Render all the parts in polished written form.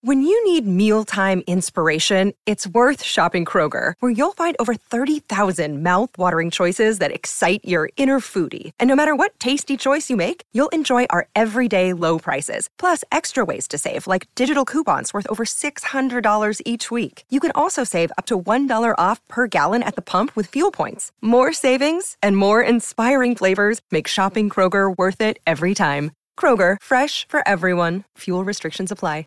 When you need mealtime inspiration, it's worth shopping Kroger, where you'll find over 30,000 mouth-watering choices that excite your inner foodie. And no matter what tasty choice you make, you'll enjoy our everyday low prices, plus extra ways to save, like digital coupons worth over $600 each week. You can also save up to $1 off per gallon at the pump with fuel points. More savings and more inspiring flavors make shopping Kroger worth it every time. Kroger, fresh for everyone. Fuel restrictions apply.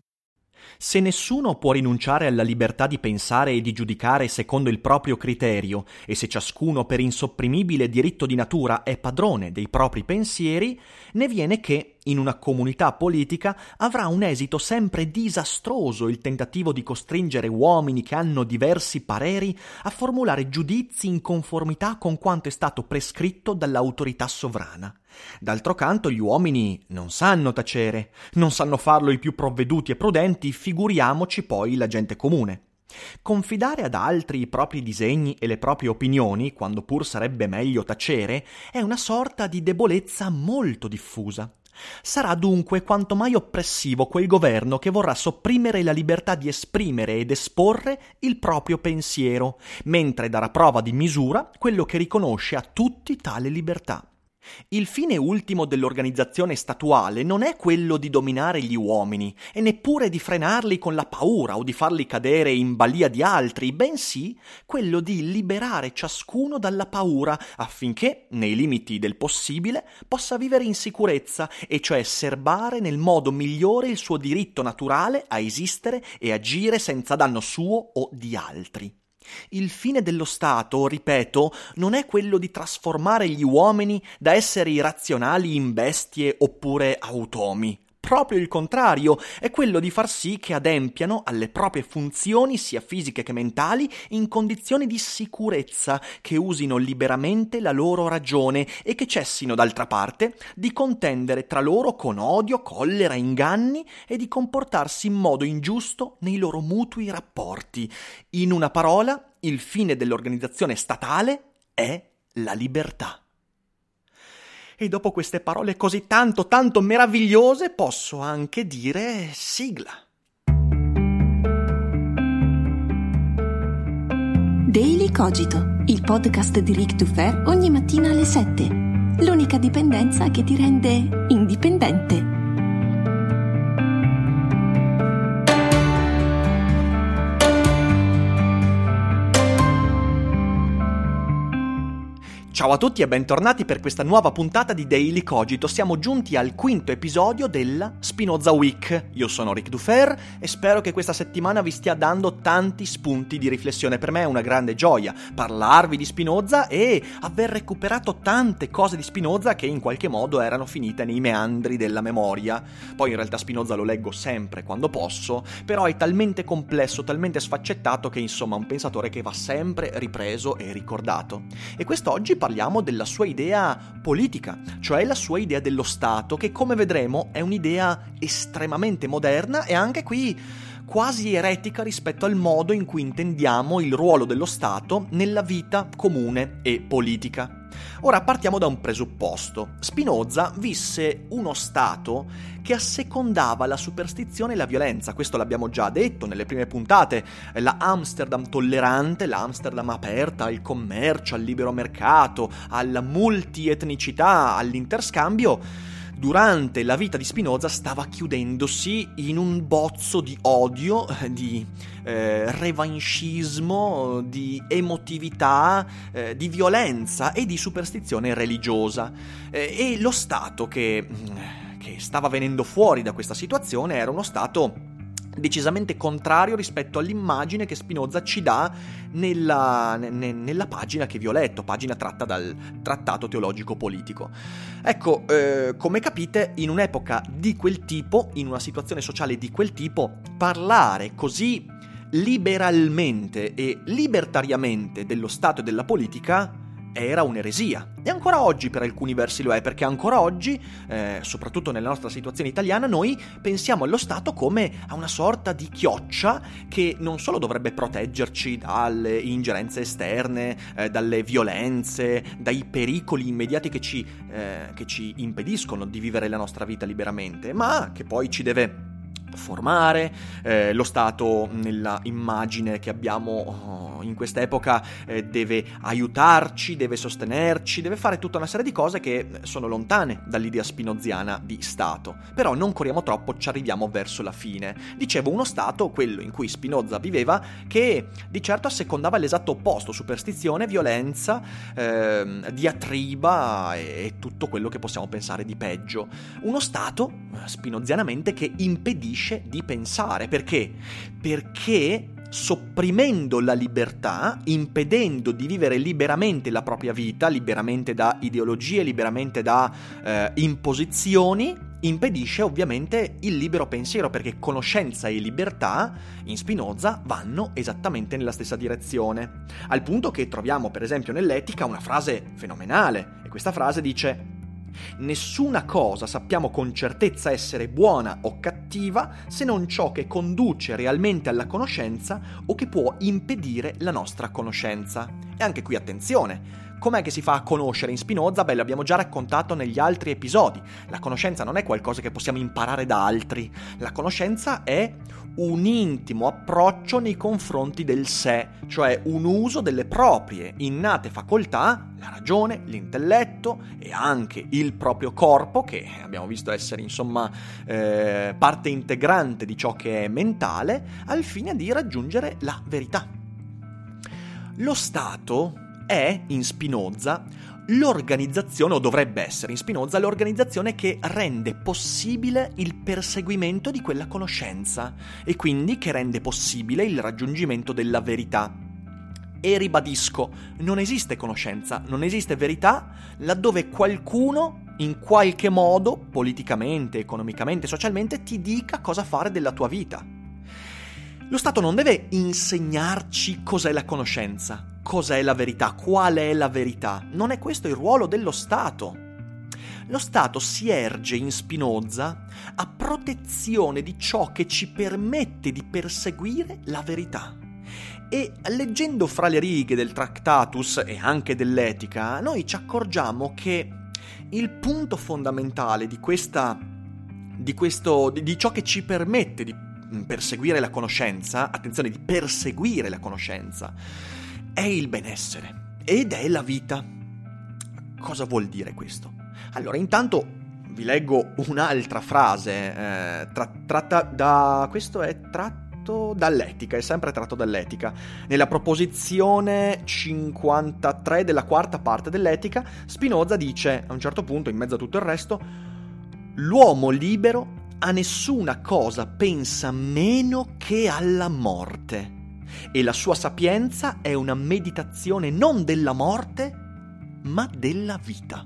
Se nessuno può rinunciare alla libertà di pensare e di giudicare secondo il proprio criterio, e se ciascuno per insopprimibile diritto di natura è padrone dei propri pensieri, ne viene che, in una comunità politica, avrà un esito sempre disastroso il tentativo di costringere uomini che hanno diversi pareri a formulare giudizi in conformità con quanto è stato prescritto dall'autorità sovrana. D'altro canto gli uomini non sanno tacere, non sanno farlo i più provveduti e prudenti, figuriamoci poi la gente comune. Confidare ad altri i propri disegni e le proprie opinioni, quando pur sarebbe meglio tacere, è una sorta di debolezza molto diffusa. Sarà dunque quanto mai oppressivo quel governo che vorrà sopprimere la libertà di esprimere ed esporre il proprio pensiero, mentre darà prova di misura quello che riconosce a tutti tale libertà. Il fine ultimo dell'organizzazione statuale non è quello di dominare gli uomini e neppure di frenarli con la paura o di farli cadere in balia di altri, bensì quello di liberare ciascuno dalla paura affinché, nei limiti del possibile, possa vivere in sicurezza, e cioè serbare nel modo migliore il suo diritto naturale a esistere e agire senza danno suo o di altri. Il fine dello Stato, ripeto, non è quello di trasformare gli uomini da esseri irrazionali in bestie oppure automi. Proprio il contrario, è quello di far sì che adempiano alle proprie funzioni sia fisiche che mentali in condizioni di sicurezza, che usino liberamente la loro ragione e che cessino d'altra parte di contendere tra loro con odio, collera, inganni e di comportarsi in modo ingiusto nei loro mutui rapporti. In una parola, il fine dell'organizzazione statale è la libertà. E dopo queste parole così tanto meravigliose posso anche dire sigla. Daily Cogito, il podcast di Ric Dufer ogni mattina alle 7. L'unica dipendenza che ti rende indipendente. Ciao a tutti e bentornati per questa nuova puntata di Daily Cogito. Siamo giunti al quinto episodio della Spinoza Week. Io sono Ric Dufer e spero che questa settimana vi stia dando tanti spunti di riflessione. Per me è una grande gioia parlarvi di Spinoza e aver recuperato tante cose di Spinoza che in qualche modo erano finite nei meandri della memoria. Poi in realtà Spinoza lo leggo sempre quando posso, però è talmente complesso, talmente sfaccettato che insomma è un pensatore che va sempre ripreso e ricordato. E quest'oggi parliamo della sua idea politica, cioè la sua idea dello Stato, che come vedremo è un'idea estremamente moderna e anche qui quasi eretica rispetto al modo in cui intendiamo il ruolo dello Stato nella vita comune e politica. Ora partiamo da un presupposto. Spinoza visse uno Stato che assecondava la superstizione e la violenza. Questo l'abbiamo già detto nelle prime puntate. La Amsterdam tollerante, la Amsterdam aperta al commercio, al libero mercato, alla multietnicità, all'interscambio, durante la vita di Spinoza stava chiudendosi in un bozzo di odio, di revanchismo, di emotività, di violenza e di superstizione religiosa. E lo Stato che stava venendo fuori da questa situazione era uno Stato decisamente contrario rispetto all'immagine che Spinoza ci dà nella pagina che vi ho letto, pagina tratta dal Trattato Teologico Politico. Ecco, come capite, in un'epoca di quel tipo, in una situazione sociale di quel tipo, parlare così liberalmente e libertariamente dello Stato e della politica era un'eresia. E ancora oggi per alcuni versi lo è, perché ancora oggi, soprattutto nella nostra situazione italiana, noi pensiamo allo Stato come a una sorta di chioccia che non solo dovrebbe proteggerci dalle ingerenze esterne, dalle violenze, dai pericoli immediati che ci impediscono di vivere la nostra vita liberamente, ma che poi ci deve formare, lo Stato nella immagine che abbiamo in quest'epoca deve aiutarci, deve sostenerci, deve fare tutta una serie di cose che sono lontane dall'idea spinoziana di Stato. Però non corriamo troppo, ci arriviamo verso la fine. Dicevo, uno Stato, quello in cui Spinoza viveva, che di certo assecondava l'esatto opposto: superstizione, violenza, diatriba e tutto quello che possiamo pensare di peggio. Uno Stato, spinozianamente, che impedisce di pensare. Perché? Perché sopprimendo la libertà, impedendo di vivere liberamente la propria vita, liberamente da ideologie, liberamente da imposizioni, impedisce ovviamente il libero pensiero, perché conoscenza e libertà in Spinoza vanno esattamente nella stessa direzione. Al punto che troviamo per esempio nell'Etica una frase fenomenale, e questa frase dice: nessuna cosa sappiamo con certezza essere buona o cattiva se non ciò che conduce realmente alla conoscenza o che può impedire la nostra conoscenza. E anche qui attenzione, com'è che si fa a conoscere in Spinoza? Beh, l'abbiamo già raccontato negli altri episodi. La conoscenza non è qualcosa che possiamo imparare da altri. La conoscenza è un intimo approccio nei confronti del sé, cioè un uso delle proprie innate facoltà, la ragione, l'intelletto e anche il proprio corpo, che abbiamo visto essere insomma parte integrante di ciò che è mentale, al fine di raggiungere la verità. Lo Stato è in Spinoza l'organizzazione, o dovrebbe essere in Spinoza, l'organizzazione che rende possibile il perseguimento di quella conoscenza e quindi che rende possibile il raggiungimento della verità. E ribadisco, non esiste conoscenza, non esiste verità laddove qualcuno in qualche modo, politicamente, economicamente, socialmente, ti dica cosa fare della tua vita. Lo Stato non deve insegnarci cos'è la conoscenza, cos'è la verità, qual è la verità. Non è questo il ruolo dello Stato. Lo Stato si erge in Spinoza a protezione di ciò che ci permette di perseguire la verità. E leggendo fra le righe del Tractatus e anche dell'Etica, noi ci accorgiamo che il punto fondamentale di ciò che ci permette di perseguire la conoscenza, attenzione, di perseguire la conoscenza, è il benessere ed è la vita. Cosa vuol dire questo? Allora, intanto vi leggo un'altra frase tratta da... questo è tratto dall'Etica, è sempre tratto dall'Etica. Nella proposizione 53 della quarta parte dell'Etica, Spinoza dice, a un certo punto, in mezzo a tutto il resto: l'uomo libero a nessuna cosa pensa meno che alla morte, e la sua sapienza è una meditazione non della morte, ma della vita.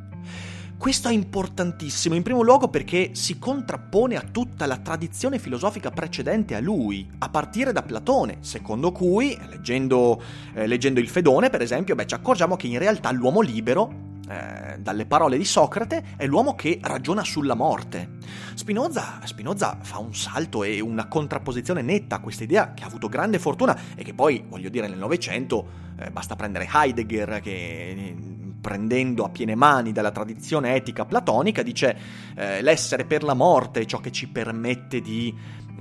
Questo è importantissimo, in primo luogo perché si contrappone a tutta la tradizione filosofica precedente a lui, a partire da Platone, secondo cui, leggendo il Fedone, per esempio, ci accorgiamo che in realtà l'uomo libero, dalle parole di Socrate, è l'uomo che ragiona sulla morte. Spinoza fa un salto e una contrapposizione netta a questa idea, che ha avuto grande fortuna e che poi, voglio dire, nel Novecento basta prendere Heidegger, che prendendo a piene mani dalla tradizione etica platonica dice l'essere per la morte è ciò che ci permette di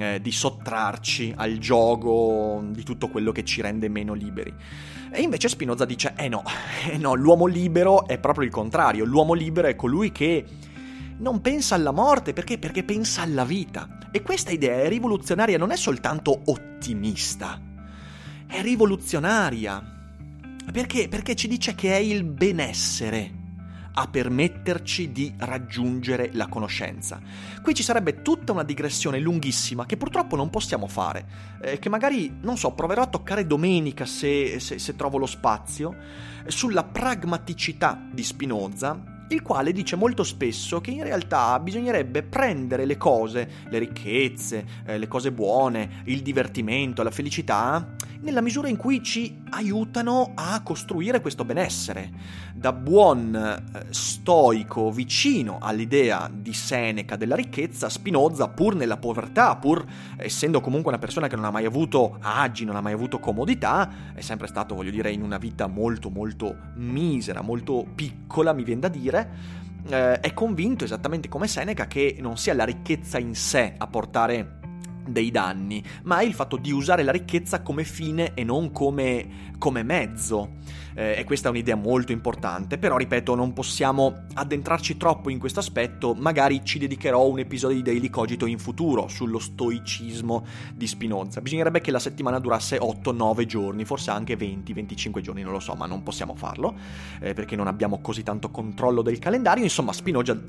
sottrarci al giogo di tutto quello che ci rende meno liberi. E invece Spinoza dice no, l'uomo libero è proprio il contrario. L'uomo libero è colui che non pensa alla morte, perché pensa alla vita. E questa idea è rivoluzionaria, non è soltanto ottimista, è rivoluzionaria. Perché ci dice che è il benessere a permetterci di raggiungere la conoscenza. Qui ci sarebbe tutta una digressione lunghissima che purtroppo non possiamo fare, che magari, non so, proverò a toccare domenica se trovo lo spazio, sulla pragmaticità di Spinoza, il quale dice molto spesso che in realtà bisognerebbe prendere le cose, le ricchezze, le cose buone, il divertimento, la felicità, nella misura in cui ci aiutano a costruire questo benessere. Da buon stoico vicino all'idea di Seneca della ricchezza, Spinoza, pur nella povertà, pur essendo comunque una persona che non ha mai avuto agi, non ha mai avuto comodità, è sempre stato, voglio dire, in una vita molto molto misera, molto piccola, mi viene da dire, è convinto, esattamente come Seneca, che non sia la ricchezza in sé a portare dei danni, ma è il fatto di usare la ricchezza come fine e non come mezzo. E questa è un'idea molto importante, però ripeto, non possiamo addentrarci troppo in questo aspetto. Magari ci dedicherò un episodio di Daily Cogito in futuro sullo stoicismo di Spinoza. Bisognerebbe che la settimana durasse 8-9 giorni, forse anche 20-25 giorni, non lo so, ma non possiamo farlo perché non abbiamo così tanto controllo del calendario. Insomma, Spinoza,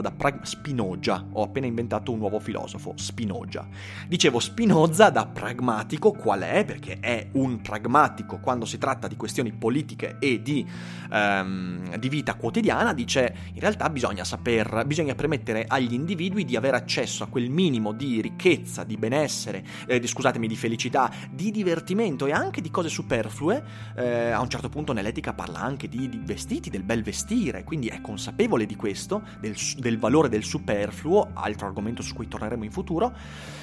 ho appena inventato un nuovo filosofo, Spinoza. Dicevo, Spinoza da pragmatico qual è? Perché è un pragmatico quando si tratta di questioni politiche e di vita quotidiana. Dice, in realtà bisogna permettere agli individui di avere accesso a quel minimo di ricchezza, di benessere, di felicità, di divertimento e anche di cose superflue. A un certo punto nell'etica parla anche di vestiti, del bel vestire, quindi è consapevole di questo, del valore del superfluo, altro argomento su cui torneremo in futuro,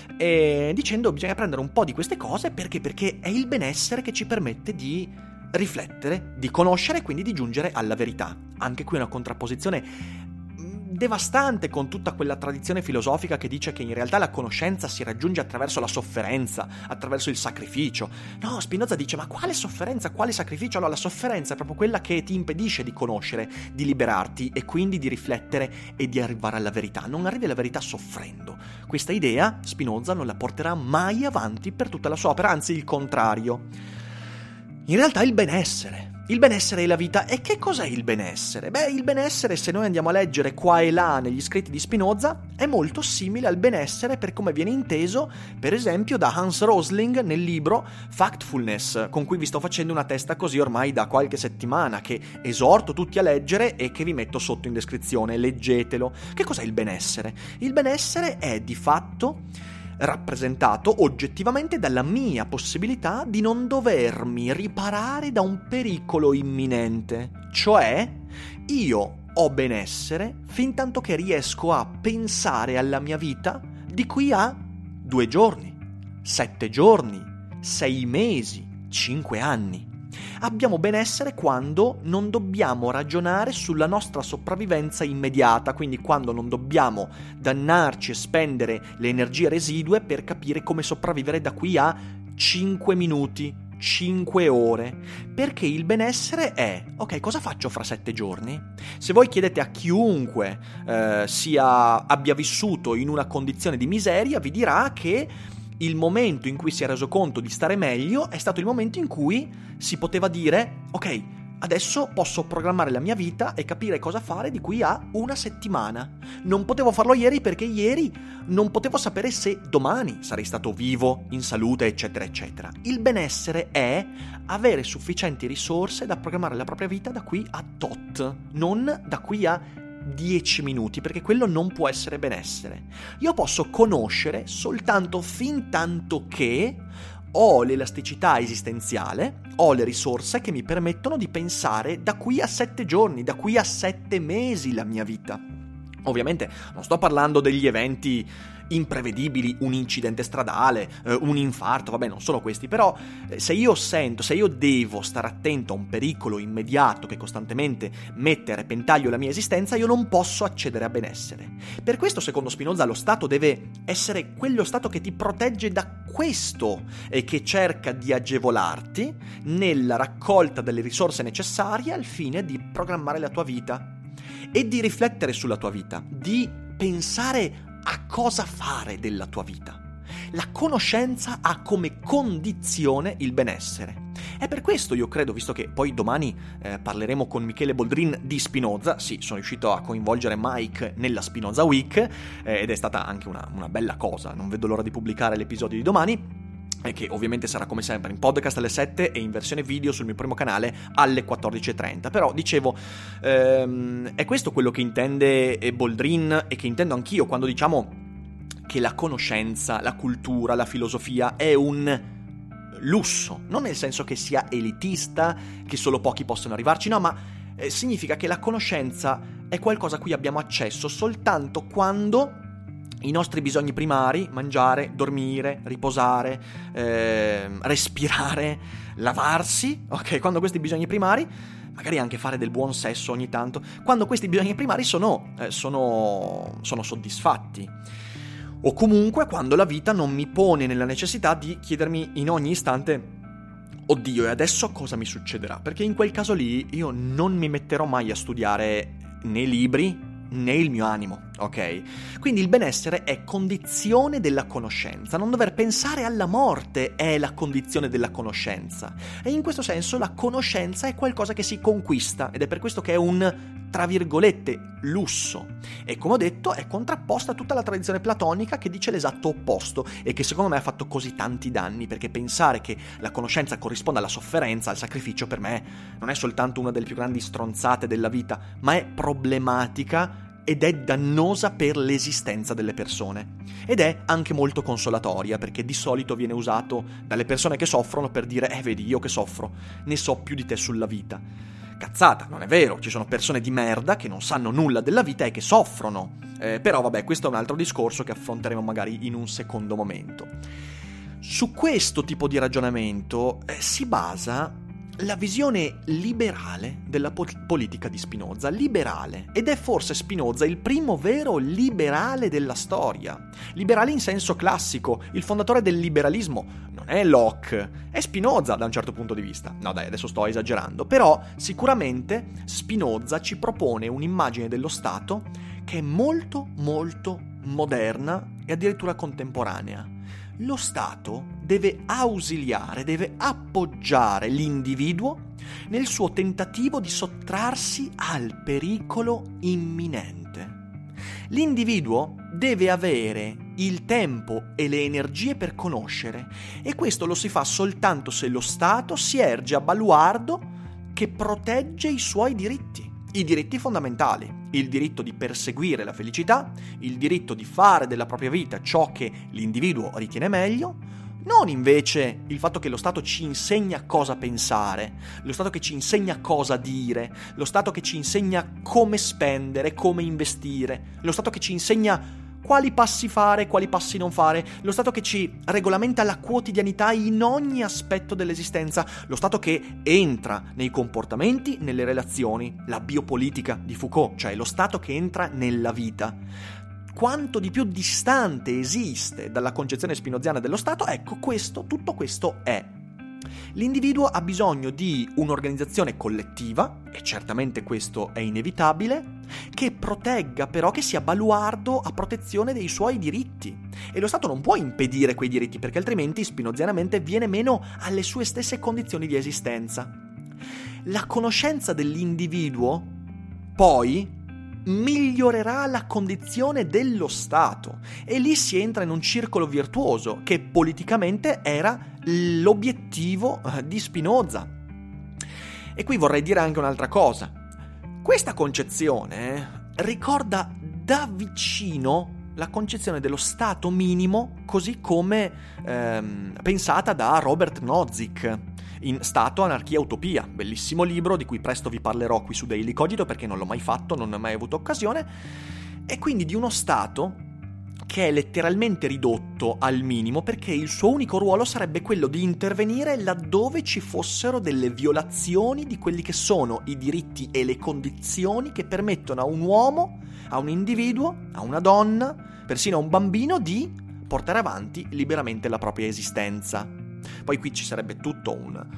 dicendo bisogna prendere un po' di queste cose perché è il benessere che ci permette di riflettere, di conoscere e quindi di giungere alla verità. Anche qui una contrapposizione devastante con tutta quella tradizione filosofica che dice che in realtà la conoscenza si raggiunge attraverso la sofferenza, attraverso il sacrificio. No, Spinoza dice, ma quale sofferenza, quale sacrificio? Allora la sofferenza è proprio quella che ti impedisce di conoscere, di liberarti e quindi di riflettere e di arrivare alla verità. Non arrivi alla verità soffrendo. Questa idea Spinoza non la porterà mai avanti per tutta la sua opera, anzi il contrario. In realtà il benessere è la vita. E che cos'è il benessere? Beh, il benessere, se noi andiamo a leggere qua e là negli scritti di Spinoza, è molto simile al benessere per come viene inteso, per esempio, da Hans Rosling nel libro Factfulness, con cui vi sto facendo una testa così ormai da qualche settimana, che esorto tutti a leggere e che vi metto sotto in descrizione. Leggetelo. Che cos'è il benessere? Il benessere è di fatto rappresentato oggettivamente dalla mia possibilità di non dovermi riparare da un pericolo imminente. Cioè, io ho benessere fintanto che riesco a pensare alla mia vita di qui a 2 giorni, 7 giorni, 6 mesi, 5 anni. Abbiamo benessere quando non dobbiamo ragionare sulla nostra sopravvivenza immediata, quindi quando non dobbiamo dannarci e spendere le energie residue per capire come sopravvivere da qui a 5 minuti, 5 ore, perché il benessere è, ok, cosa faccio fra 7 giorni? Se voi chiedete a chiunque abbia vissuto in una condizione di miseria, vi dirà che il momento in cui si è reso conto di stare meglio è stato il momento in cui si poteva dire, ok, adesso posso programmare la mia vita e capire cosa fare di qui a 1 settimana. Non potevo farlo ieri perché ieri non potevo sapere se domani sarei stato vivo, in salute, eccetera, eccetera. Il benessere è avere sufficienti risorse da programmare la propria vita da qui a tot, non da qui a 10 minuti, perché quello non può essere benessere. Io posso conoscere soltanto fin tanto che ho l'elasticità esistenziale, ho le risorse che mi permettono di pensare da qui a 7 giorni, da qui a 7 mesi la mia vita. Ovviamente non sto parlando degli eventi imprevedibili, un incidente stradale, un infarto, vabbè, non sono questi, però se io devo stare attento a un pericolo immediato che costantemente mette a repentaglio la mia esistenza, io non posso accedere a benessere. Per questo, secondo Spinoza, lo Stato deve essere quello Stato che ti protegge da questo e che cerca di agevolarti nella raccolta delle risorse necessarie al fine di programmare la tua vita e di riflettere sulla tua vita, di pensare a cosa fare della tua vita. La conoscenza ha come condizione il benessere. E per questo io credo, visto che poi domani parleremo con Michele Boldrin di Spinoza, sì, sono riuscito a coinvolgere Mike nella Spinoza Week ed è stata anche una bella cosa, non vedo l'ora di pubblicare l'episodio di domani, che ovviamente sarà come sempre in podcast alle 7 e in versione video sul mio primo canale alle 14.30. Però dicevo, è questo quello che intende Boldrin e che intendo anch'io quando diciamo che la conoscenza, la cultura, la filosofia è un lusso, non nel senso che sia elitista, che solo pochi possono arrivarci, no, ma significa che la conoscenza è qualcosa a cui abbiamo accesso soltanto quando i nostri bisogni primari, mangiare, dormire, riposare, respirare, lavarsi, ok? Quando questi bisogni primari, magari anche fare del buon sesso ogni tanto, quando questi bisogni primari sono soddisfatti. o comunque quando la vita non mi pone nella necessità di chiedermi in ogni istante oddio, e adesso cosa mi succederà? Perché in quel caso lì io non mi metterò mai a studiare né libri né il mio animo, ok? Quindi il benessere è condizione della conoscenza. Non dover pensare alla morte è la condizione della conoscenza. E in questo senso la conoscenza è qualcosa che si conquista, ed è per questo che è un, tra virgolette, lusso. E come ho detto è contrapposta a tutta la tradizione platonica che dice l'esatto opposto e che secondo me ha fatto così tanti danni, perché pensare che la conoscenza corrisponda alla sofferenza, al sacrificio, per me non è soltanto una delle più grandi stronzate della vita, ma è problematica ed è dannosa per l'esistenza delle persone. Ed è anche molto consolatoria, perché di solito viene usato dalle persone che soffrono per dire vedi, io che soffro, ne so più di te sulla vita. Cazzata, non è vero, ci sono persone di merda che non sanno nulla della vita e che soffrono. Però vabbè, questo è un altro discorso che affronteremo magari in un secondo momento. Su questo tipo di ragionamento si basa la visione liberale della politica di Spinoza. Liberale, ed è forse Spinoza il primo vero liberale della storia. Liberale in senso classico. Il fondatore del liberalismo non è Locke, è Spinoza da un certo punto di vista. No dai, adesso sto esagerando, però sicuramente Spinoza ci propone un'immagine dello Stato che è molto molto moderna e addirittura contemporanea. Lo Stato deve ausiliare, deve appoggiare l'individuo nel suo tentativo di sottrarsi al pericolo imminente. L'individuo deve avere il tempo e le energie per conoscere, e questo lo si fa soltanto se lo Stato si erge a baluardo che protegge i suoi diritti. I diritti fondamentali, il diritto di perseguire la felicità, il diritto di fare della propria vita ciò che l'individuo ritiene meglio, non invece il fatto che lo Stato ci insegna cosa pensare, lo Stato che ci insegna cosa dire, lo Stato che ci insegna come spendere, come investire, lo Stato che ci insegna quali passi fare, quali passi non fare, lo Stato che ci regolamenta la quotidianità in ogni aspetto dell'esistenza, lo Stato che entra nei comportamenti, nelle relazioni, la biopolitica di Foucault, cioè lo Stato che entra nella vita. Quanto di più distante esiste dalla concezione spinoziana dello Stato, ecco tutto questo è. L'individuo ha bisogno di un'organizzazione collettiva, e certamente questo è inevitabile, che protegga però, che sia baluardo a protezione dei suoi diritti. E lo Stato non può impedire quei diritti, perché altrimenti spinozianamente viene meno alle sue stesse condizioni di esistenza. La conoscenza dell'individuo, poi, migliorerà la condizione dello Stato, e lì si entra in un circolo virtuoso che politicamente era l'obiettivo di Spinoza. E qui vorrei dire anche un'altra cosa. Questa concezione ricorda da vicino la concezione dello Stato minimo così come pensata da Robert Nozick in Stato, Anarchia, Utopia, bellissimo libro di cui presto vi parlerò qui su Daily Cogito, perché non l'ho mai fatto, non ne ho mai avuto occasione, e quindi di uno Stato che è letteralmente ridotto al minimo, perché il suo unico ruolo sarebbe quello di intervenire laddove ci fossero delle violazioni di quelli che sono i diritti e le condizioni che permettono a un uomo, a un individuo, a una donna, persino a un bambino di portare avanti liberamente la propria esistenza. Poi qui ci sarebbe tutto un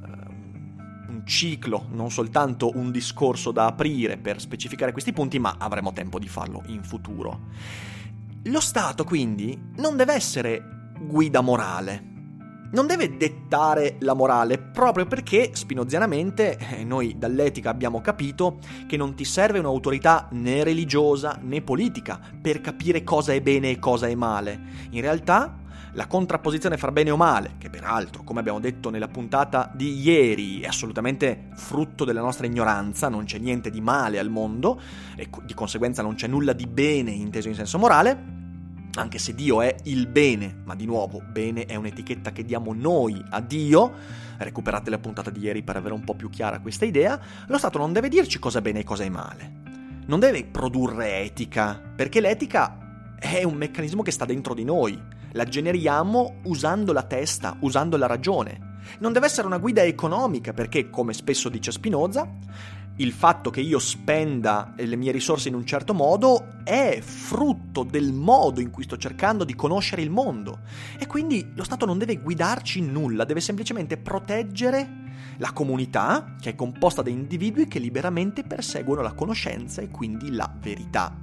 ciclo, non soltanto un discorso da aprire per specificare questi punti, ma avremo tempo di farlo in futuro. Lo Stato, quindi, non deve essere guida morale, non deve dettare la morale, proprio perché spinozianamente noi dall'etica abbiamo capito che non ti serve un'autorità né religiosa né politica per capire cosa è bene e cosa è male. In realtà la contrapposizione fra bene o male, che peraltro, come abbiamo detto nella puntata di ieri, è assolutamente frutto della nostra ignoranza, non c'è niente di male al mondo e di conseguenza non c'è nulla di bene inteso in senso morale, anche se Dio è il bene, ma di nuovo, bene è un'etichetta che diamo noi a Dio. Recuperate la puntata di ieri per avere un po' più chiara questa idea. Lo Stato non deve dirci cosa è bene e cosa è male, non deve produrre etica, perché l'etica è un meccanismo che sta dentro di noi, la generiamo usando la testa, usando la ragione. Non deve essere una guida economica, perché, come spesso dice Spinoza, il fatto che io spenda le mie risorse in un certo modo è frutto del modo in cui sto cercando di conoscere il mondo, e quindi lo Stato non deve guidarci in nulla, deve semplicemente proteggere la comunità, che è composta da individui che liberamente perseguono la conoscenza e quindi la verità.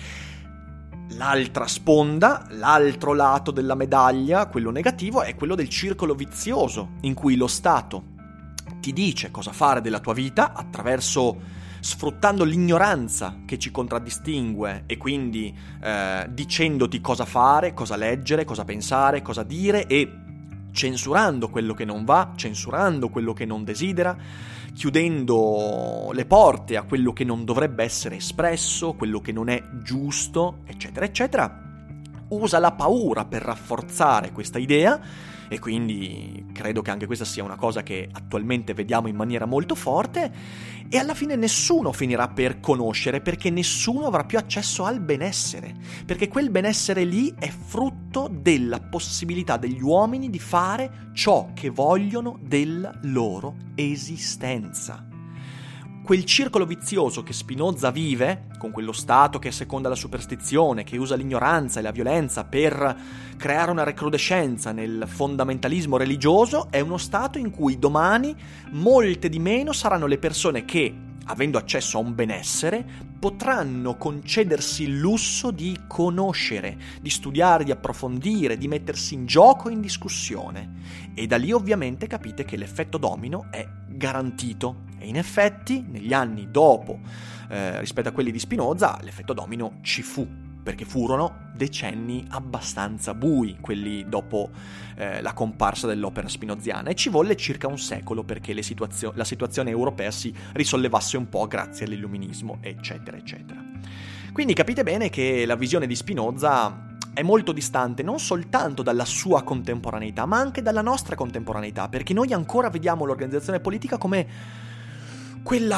L'altra sponda, l'altro lato della medaglia, quello negativo, è quello del circolo vizioso, in cui lo Stato ti dice cosa fare della tua vita sfruttando l'ignoranza che ci contraddistingue, e quindi dicendoti cosa fare, cosa leggere, cosa pensare, cosa dire, e censurando quello che non va, censurando quello che non desidera, chiudendo le porte a quello che non dovrebbe essere espresso, quello che non è giusto, eccetera, eccetera. Usa la paura per rafforzare questa idea, e quindi credo che anche questa sia una cosa che attualmente vediamo in maniera molto forte, e alla fine nessuno finirà per conoscere, perché nessuno avrà più accesso al benessere, perché quel benessere lì è frutto della possibilità degli uomini di fare ciò che vogliono della loro esistenza. Quel circolo vizioso che Spinoza vive, con quello Stato che asseconda la superstizione, che usa l'ignoranza e la violenza per creare una recrudescenza nel fondamentalismo religioso, è uno Stato in cui domani molte di meno saranno le persone che, avendo accesso a un benessere, potranno concedersi il lusso di conoscere, di studiare, di approfondire, di mettersi in gioco e in discussione. E da lì ovviamente capite che l'effetto domino è garantito. E in effetti, negli anni dopo, rispetto a quelli di Spinoza, l'effetto domino ci fu, perché furono decenni abbastanza bui, quelli dopo la comparsa dell'opera spinoziana, e ci volle circa un secolo perché la situazione europea si risollevasse un po' grazie all'illuminismo, eccetera, eccetera. Quindi capite bene che la visione di Spinoza è molto distante non soltanto dalla sua contemporaneità, ma anche dalla nostra contemporaneità, perché noi ancora vediamo l'organizzazione politica come quel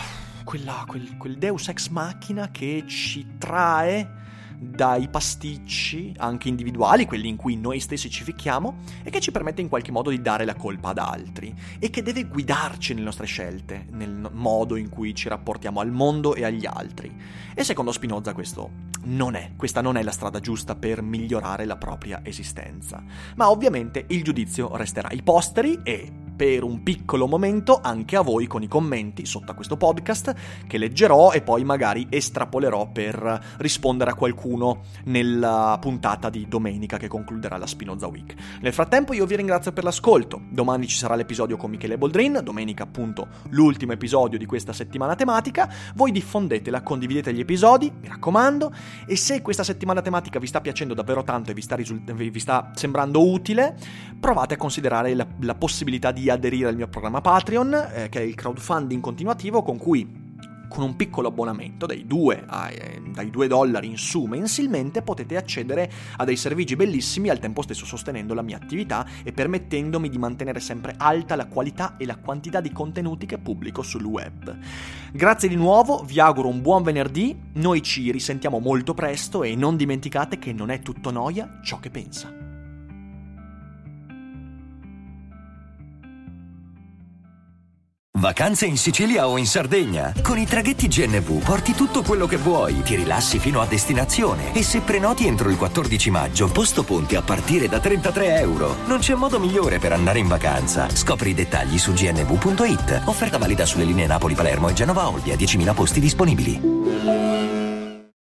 deus ex machina che ci trae dai pasticci, anche individuali, quelli in cui noi stessi ci ficchiamo, e che ci permette in qualche modo di dare la colpa ad altri, e che deve guidarci nelle nostre scelte, nel modo in cui ci rapportiamo al mondo e agli altri. E secondo Spinoza questa non è la strada giusta per migliorare la propria esistenza. Ma ovviamente il giudizio resterà ai posteri, e per un piccolo momento anche a voi con i commenti sotto a questo podcast, che leggerò e poi magari estrapolerò per rispondere a qualcuno nella puntata di domenica che concluderà la Spinoza Week. Nel frattempo io vi ringrazio per l'ascolto. Domani ci sarà l'episodio con Michele Boldrin, domenica appunto l'ultimo episodio di questa settimana tematica. Voi diffondetela, condividete gli episodi, mi raccomando, e se questa settimana tematica vi sta piacendo davvero tanto e vi sta sembrando utile, provate a considerare la possibilità di aderire al mio programma Patreon, che è il crowdfunding continuativo, con cui con un piccolo abbonamento dai $2 in su mensilmente potete accedere a dei servigi bellissimi, al tempo stesso sostenendo la mia attività e permettendomi di mantenere sempre alta la qualità e la quantità di contenuti che pubblico sul web. Grazie di nuovo, vi auguro un buon venerdì, noi ci risentiamo molto presto e non dimenticate che non è tutto noia ciò che pensa. Vacanze in Sicilia o in Sardegna. Con i traghetti GNV porti tutto quello che vuoi, ti rilassi fino a destinazione e se prenoti entro il 14 maggio, posto ponti a partire da €33. Non c'è modo migliore per andare in vacanza. Scopri i dettagli su gnv.it. Offerta valida sulle linee Napoli-Palermo e Genova-Olbia, 10.000 posti disponibili.